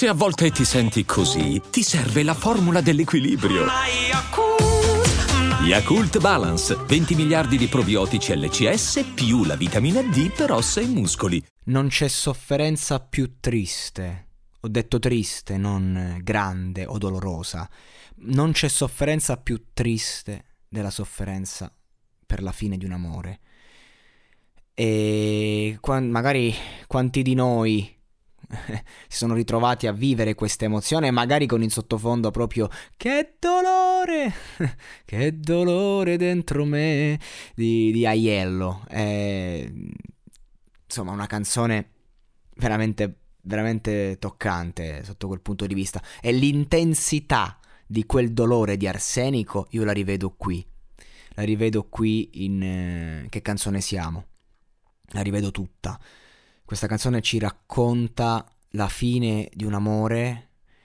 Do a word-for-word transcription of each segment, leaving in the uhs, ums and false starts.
Se a volte ti senti così, ti serve la formula dell'equilibrio. Yakult Balance, venti miliardi di probiotici L C S più la vitamina D per ossa e muscoli. Non c'è sofferenza più triste. Ho detto triste, non grande o dolorosa. Non c'è sofferenza più triste della sofferenza per la fine di un amore. E qua, magari quanti di noi si sono ritrovati a vivere questa emozione, magari con in sottofondo proprio che dolore, che dolore dentro me di, di Aiello. È, insomma, una canzone veramente veramente toccante sotto quel punto di vista, e l'intensità di quel dolore di Arsenico io la rivedo qui, la rivedo qui in eh, Che canzone siamo, la rivedo tutta. Questa canzone ci racconta la fine di un amore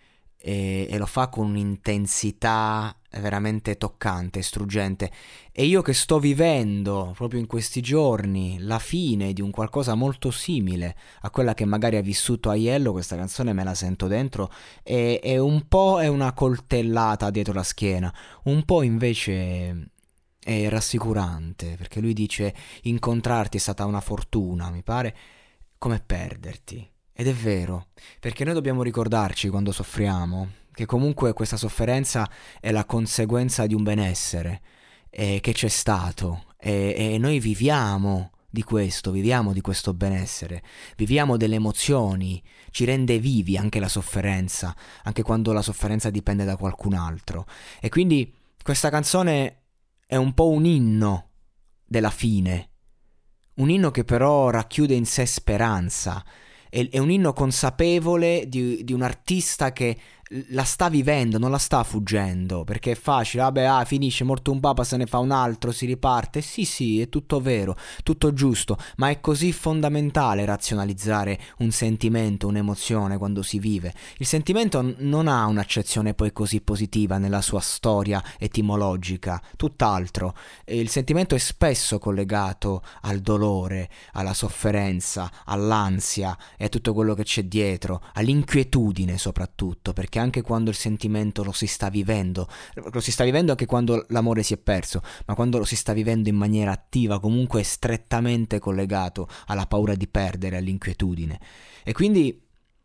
e, e lo fa con un'intensità veramente toccante, struggente. E io che sto vivendo proprio in questi giorni la fine di un qualcosa molto simile a quella che magari ha vissuto Aiello, questa canzone me la sento dentro e, e un po' è una coltellata dietro la schiena, un po' invece è rassicurante, perché lui dice: incontrarti è stata una fortuna, mi pare, come perderti. Ed è vero, perché noi dobbiamo ricordarci quando soffriamo che comunque questa sofferenza è la conseguenza di un benessere eh, che c'è stato e, e noi viviamo di questo, viviamo di questo benessere, viviamo delle emozioni, ci rende vivi anche la sofferenza, anche quando la sofferenza dipende da qualcun altro. E quindi questa canzone è un po' un inno della fine, un inno che però racchiude in sé speranza. È un inno consapevole di, di un artista che la sta vivendo, non la sta fuggendo, perché è facile, vabbè, ah, finisce, morto un papa, se ne fa un altro, si riparte. Sì, sì, è tutto vero, tutto giusto, ma è così fondamentale razionalizzare un sentimento, un'emozione quando si vive. Il sentimento non ha un'accezione poi così positiva nella sua storia etimologica, tutt'altro. Il sentimento è spesso collegato al dolore, alla sofferenza, all'ansia e a tutto quello che c'è dietro, all'inquietudine soprattutto, perché anche quando il sentimento lo si sta vivendo, lo si sta vivendo anche quando l'amore si è perso, ma quando lo si sta vivendo in maniera attiva, comunque è strettamente collegato alla paura di perdere, all'inquietudine. E quindi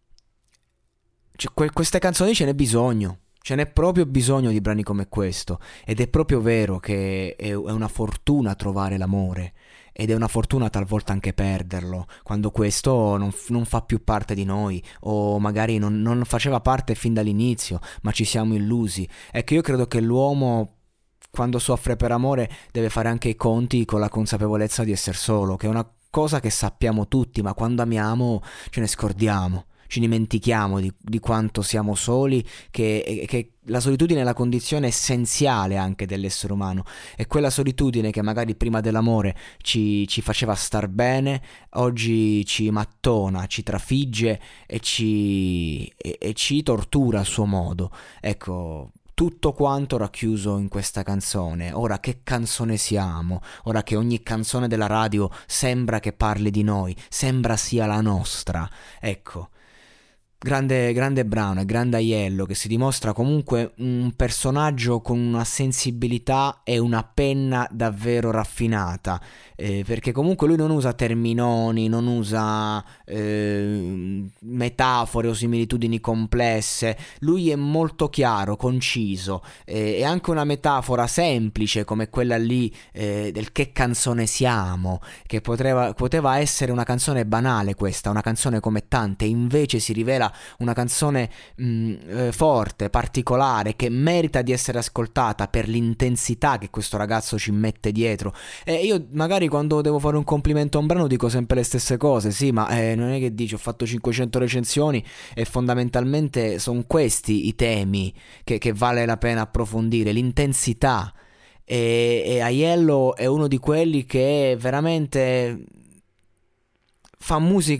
cioè, que- queste canzoni ce n'è bisogno, ce n'è proprio bisogno di brani come questo, ed è proprio vero che è, è una fortuna trovare l'amore, ed è una fortuna talvolta anche perderlo, quando questo non, non fa più parte di noi, o magari non, non faceva parte fin dall'inizio, ma ci siamo illusi. Ecco, io credo che l'uomo, quando soffre per amore, deve fare anche i conti con la consapevolezza di essere solo, che è una cosa che sappiamo tutti, ma quando amiamo ce ne scordiamo. Ci dimentichiamo di, di quanto siamo soli, che, che la solitudine è la condizione essenziale anche dell'essere umano. E quella solitudine che magari prima dell'amore ci, ci faceva star bene, oggi ci mattona, ci trafigge e ci, e, e ci tortura a suo modo. Ecco, tutto quanto racchiuso in questa canzone. Ora che canzone siamo, ora che ogni canzone della radio sembra che parli di noi, sembra sia la nostra. Ecco, Grande, grande brano e grande Aiello, che si dimostra comunque un personaggio con una sensibilità e una penna davvero raffinata, eh, perché comunque lui non usa terminoni, non usa eh, metafore o similitudini complesse, lui è molto chiaro, conciso, eh, e anche una metafora semplice come quella lì eh, del che canzone siamo, che poteva, poteva essere una canzone banale questa, una canzone come tante, invece si rivela una canzone mh, eh, forte, particolare, che merita di essere ascoltata per l'intensità che questo ragazzo ci mette dietro. E io magari quando devo fare un complimento a un brano dico sempre le stesse cose, sì, ma eh, non è che dici ho fatto cinquecento recensioni e fondamentalmente sono questi i temi che, che vale la pena approfondire, l'intensità. E, e Aiello è uno di quelli che veramente fa musica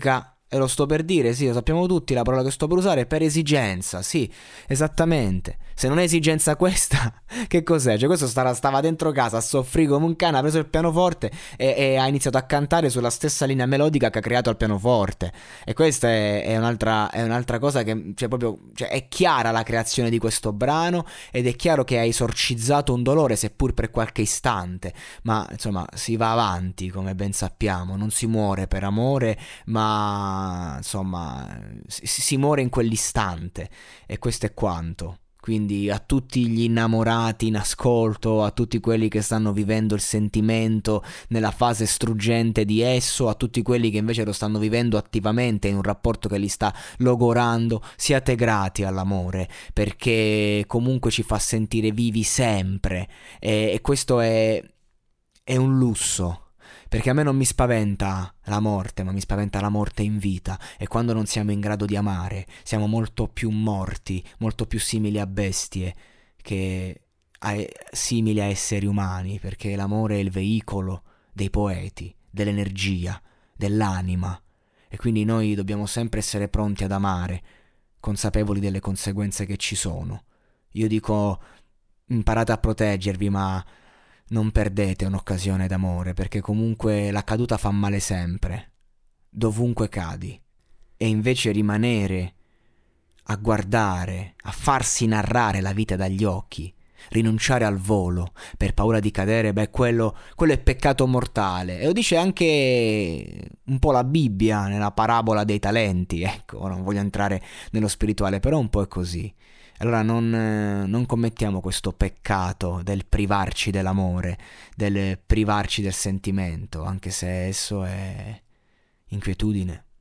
E lo sto per dire, sì, lo sappiamo tutti, la parola che sto per usare è per esigenza, sì, esattamente. Se non è esigenza questa, che cos'è? Cioè questo stava, stava dentro casa a soffrire come un cane, ha preso il pianoforte e, e ha iniziato a cantare sulla stessa linea melodica che ha creato al pianoforte. E questa è, è, un'altra, è un'altra cosa che, cioè proprio, cioè è chiara la creazione di questo brano ed è chiaro che ha esorcizzato un dolore, seppur per qualche istante. Ma insomma si va avanti, come ben sappiamo, non si muore per amore, ma insomma si, si muore in quell'istante, e questo è quanto. Quindi a tutti gli innamorati in ascolto, a tutti quelli che stanno vivendo il sentimento nella fase struggente di esso, a tutti quelli che invece lo stanno vivendo attivamente in un rapporto che li sta logorando, siate grati all'amore, perché comunque ci fa sentire vivi sempre, e, e questo è, è un lusso. Perché a me non mi spaventa la morte, ma mi spaventa la morte in vita. E quando non siamo in grado di amare, siamo molto più morti, molto più simili a bestie che a, simili a esseri umani. Perché l'amore è il veicolo dei poeti, dell'energia, dell'anima. E quindi noi dobbiamo sempre essere pronti ad amare, consapevoli delle conseguenze che ci sono. Io dico, imparate a proteggervi, ma non perdete un'occasione d'amore, perché comunque la caduta fa male sempre, dovunque cadi. E invece rimanere a guardare, a farsi narrare la vita dagli occhi, rinunciare al volo per paura di cadere, beh, quello, quello è peccato mortale. E lo dice anche un po' la Bibbia nella parabola dei talenti, ecco, non voglio entrare nello spirituale, però un po' è così. Allora non, non commettiamo questo peccato del privarci dell'amore, del privarci del sentimento, anche se esso è inquietudine.